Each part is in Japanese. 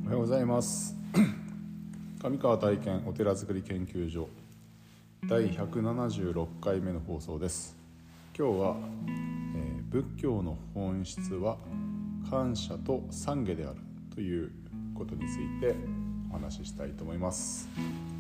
おはようございます上川体験お寺づくり研究所第176回目の放送です。今日は、仏教の本質は感謝と懺悔であるということについてお話ししたいと思います。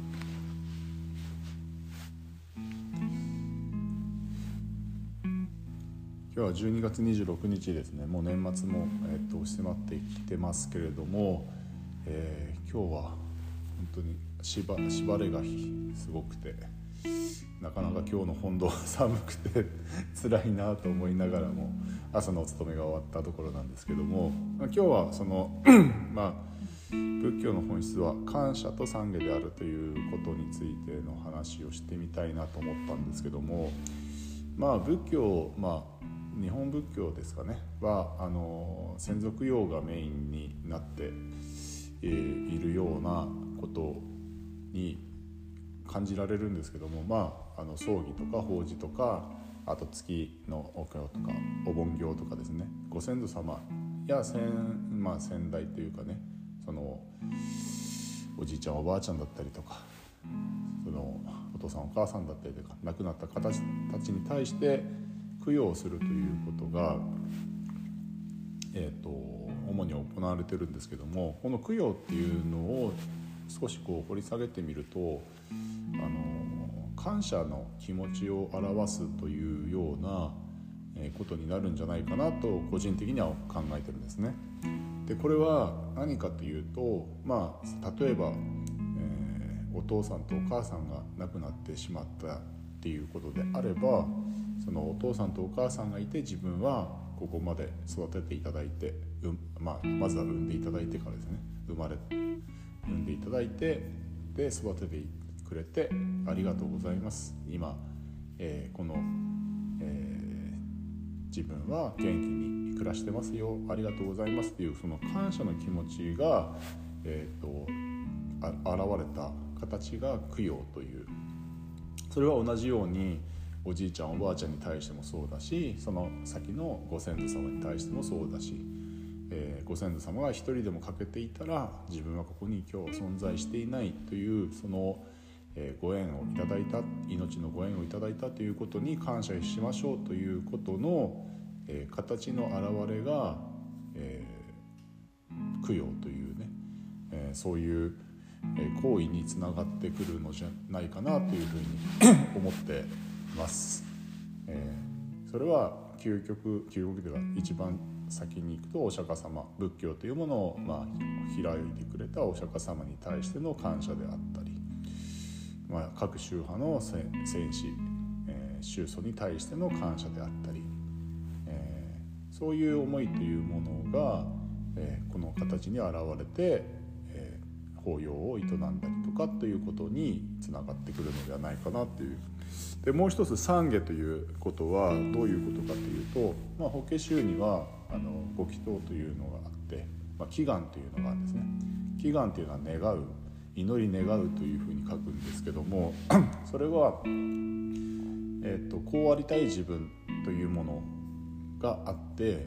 今日は12月26日ですね。もう年末も、迫ってきてますけれども、今日は本当にしばれがすごくて、なかなか今日の本堂寒くて辛いなと思いながらも朝のお勤めが終わったところなんですけども、今日はその仏教の本質は感謝と懺悔であるということについての話をしてみたいなと思ったんですけども、仏教、日本仏教ですかねは先祖供養がメインになっているようなことに感じられるんですけども、葬儀とか法事とか、あと月のお経とかお盆行とかですね、ご先祖様や先代というかね、そのおじいちゃんおばあちゃんだったりとか、そのお父さんお母さんだったりとか亡くなった方たちに対して供養するということが、主に行われてるんですけども、この供養っていうのを少し掘り下げてみると、感謝の気持ちを表すというようなことになるんじゃないかなと個人的には考えてるんですね。でこれは何かというと、例えば、お父さんとお母さんが亡くなってしまったっていうことであれば、そのお父さんとお母さんがいて自分はここまで育てていただいて、まずは産んでいただいてからですね、産んでいただいて、で育ててくれてありがとうございます、今、この、自分は元気に暮らしてますよ、ありがとうございますというその感謝の気持ちが、現れた形が供養という、それは同じようにおじいちゃんおばあちゃんに対してもそうだし、その先のご先祖様に対してもそうだし、ご先祖様が一人でも欠けていたら自分はここに今日存在していないというその、ご縁をいただいた、命のご縁をいただいたということに感謝しましょうということの、形の表れが、供養というね、そういう行為につながってくるのじゃないかなというふうに思っています。それは究極では一番先に行くとお釈迦様、仏教というものを開いてくれたお釈迦様に対しての感謝であったり、各宗派の先師、宗祖に対しての感謝であったり、そういう思いというものが、この形に現れて、法要を営んだりとかということにつながってくるのではないかなという。でもう一つ懺悔ということはどういうことかというと、法華宗にはご祈祷というのがあって、祈願というのがあるんですね。祈願というのは願う、祈り願うというふうに書くんですけどもそれは、こうありたい自分というものがあって、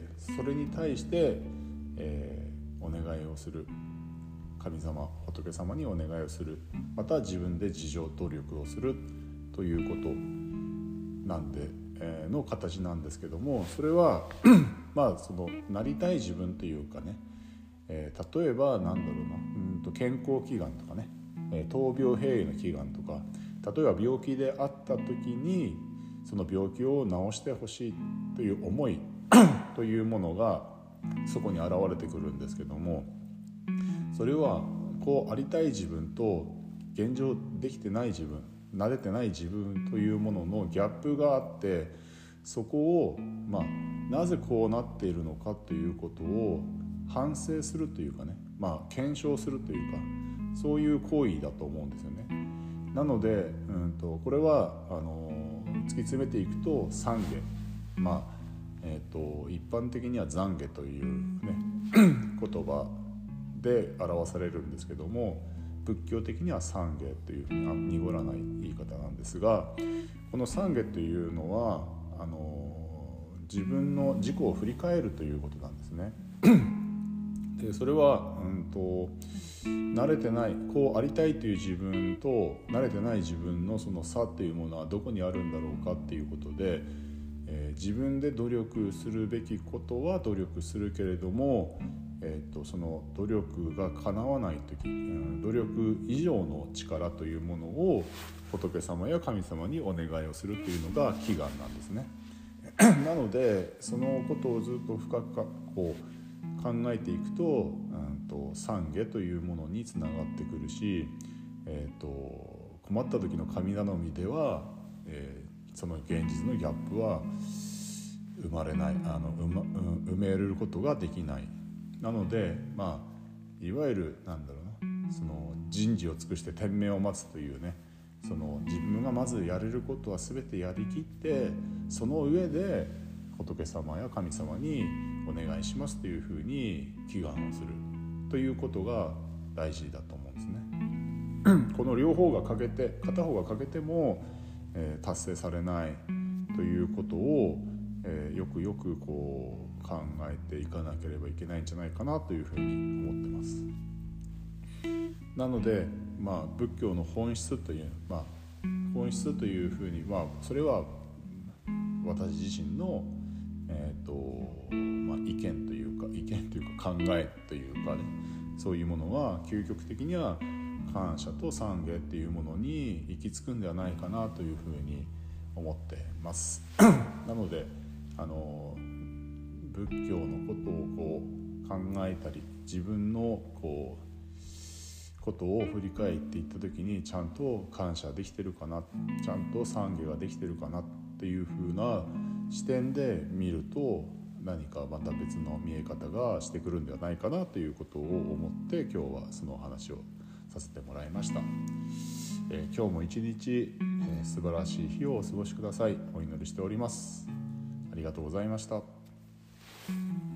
それに対して、お願いをする、神様仏様にお願いをする、また自分で自助努力をするということなんで、の形なんですけども、それはそのなりたい自分というかね、例えば健康祈願とかね、闘病平癒の祈願とか、例えば病気であった時にその病気を治してほしいという思いというものがそこに現れてくるんですけども、それはこうありたい自分と現状できてない自分、慣れてない自分というもののギャップがあって、そこを、なぜこうなっているのかということを反省するというかね、検証するというか、そういう行為だと思うんですよね。なので、これは突き詰めていくと懺悔、一般的には懺悔というね言葉で表されるんですけども、仏教的には懺悔というふうに濁らない言い方なんですが、この懺悔というのは自分の自己を振り返るということなんですね。 それは、慣れてないこうありたいという自分と慣れてない自分のその差っていうものはどこにあるんだろうかっていうことで、自分で努力するべきことは努力するけれども、その努力が叶わない時、努力以上の力というものを仏様や神様にお願いをするというのが祈願なんですね。なのでそのことをずっと深くこう考えていくと、懺悔というものにつながってくるし、困った時の神頼みでは、その現実のギャップは生まれない、埋めることができない。なので、いわゆるその人事を尽くして天命を待つというね、その自分がまずやれることは全てやりきって、その上で仏様や神様にお願いしますというふうに祈願をするということが大事だと思うんですね。この両方が欠けて、片方が欠けても、達成されないということを、よくよくこう考えていかなければいけないんじゃないかなというふうに思ってます。なので、仏教の本質という、本質というふうに、それは私自身の、意見というか考えというかね、そういうものは究極的には感謝と懺悔っていうものに行き着くんではないかなというふうに思ってますなので仏教のことをこう考えたり、自分のことを振り返っていった時にちゃんと感謝できてるかな、ちゃんと懺悔ができてるかなっていう風な視点で見ると、何かまた別の見え方がしてくるんではないかなということを思って今日はそのお話をさせてもらいました。今日も一日、素晴らしい日をお過ごしください。お祈りしております。ありがとうございました。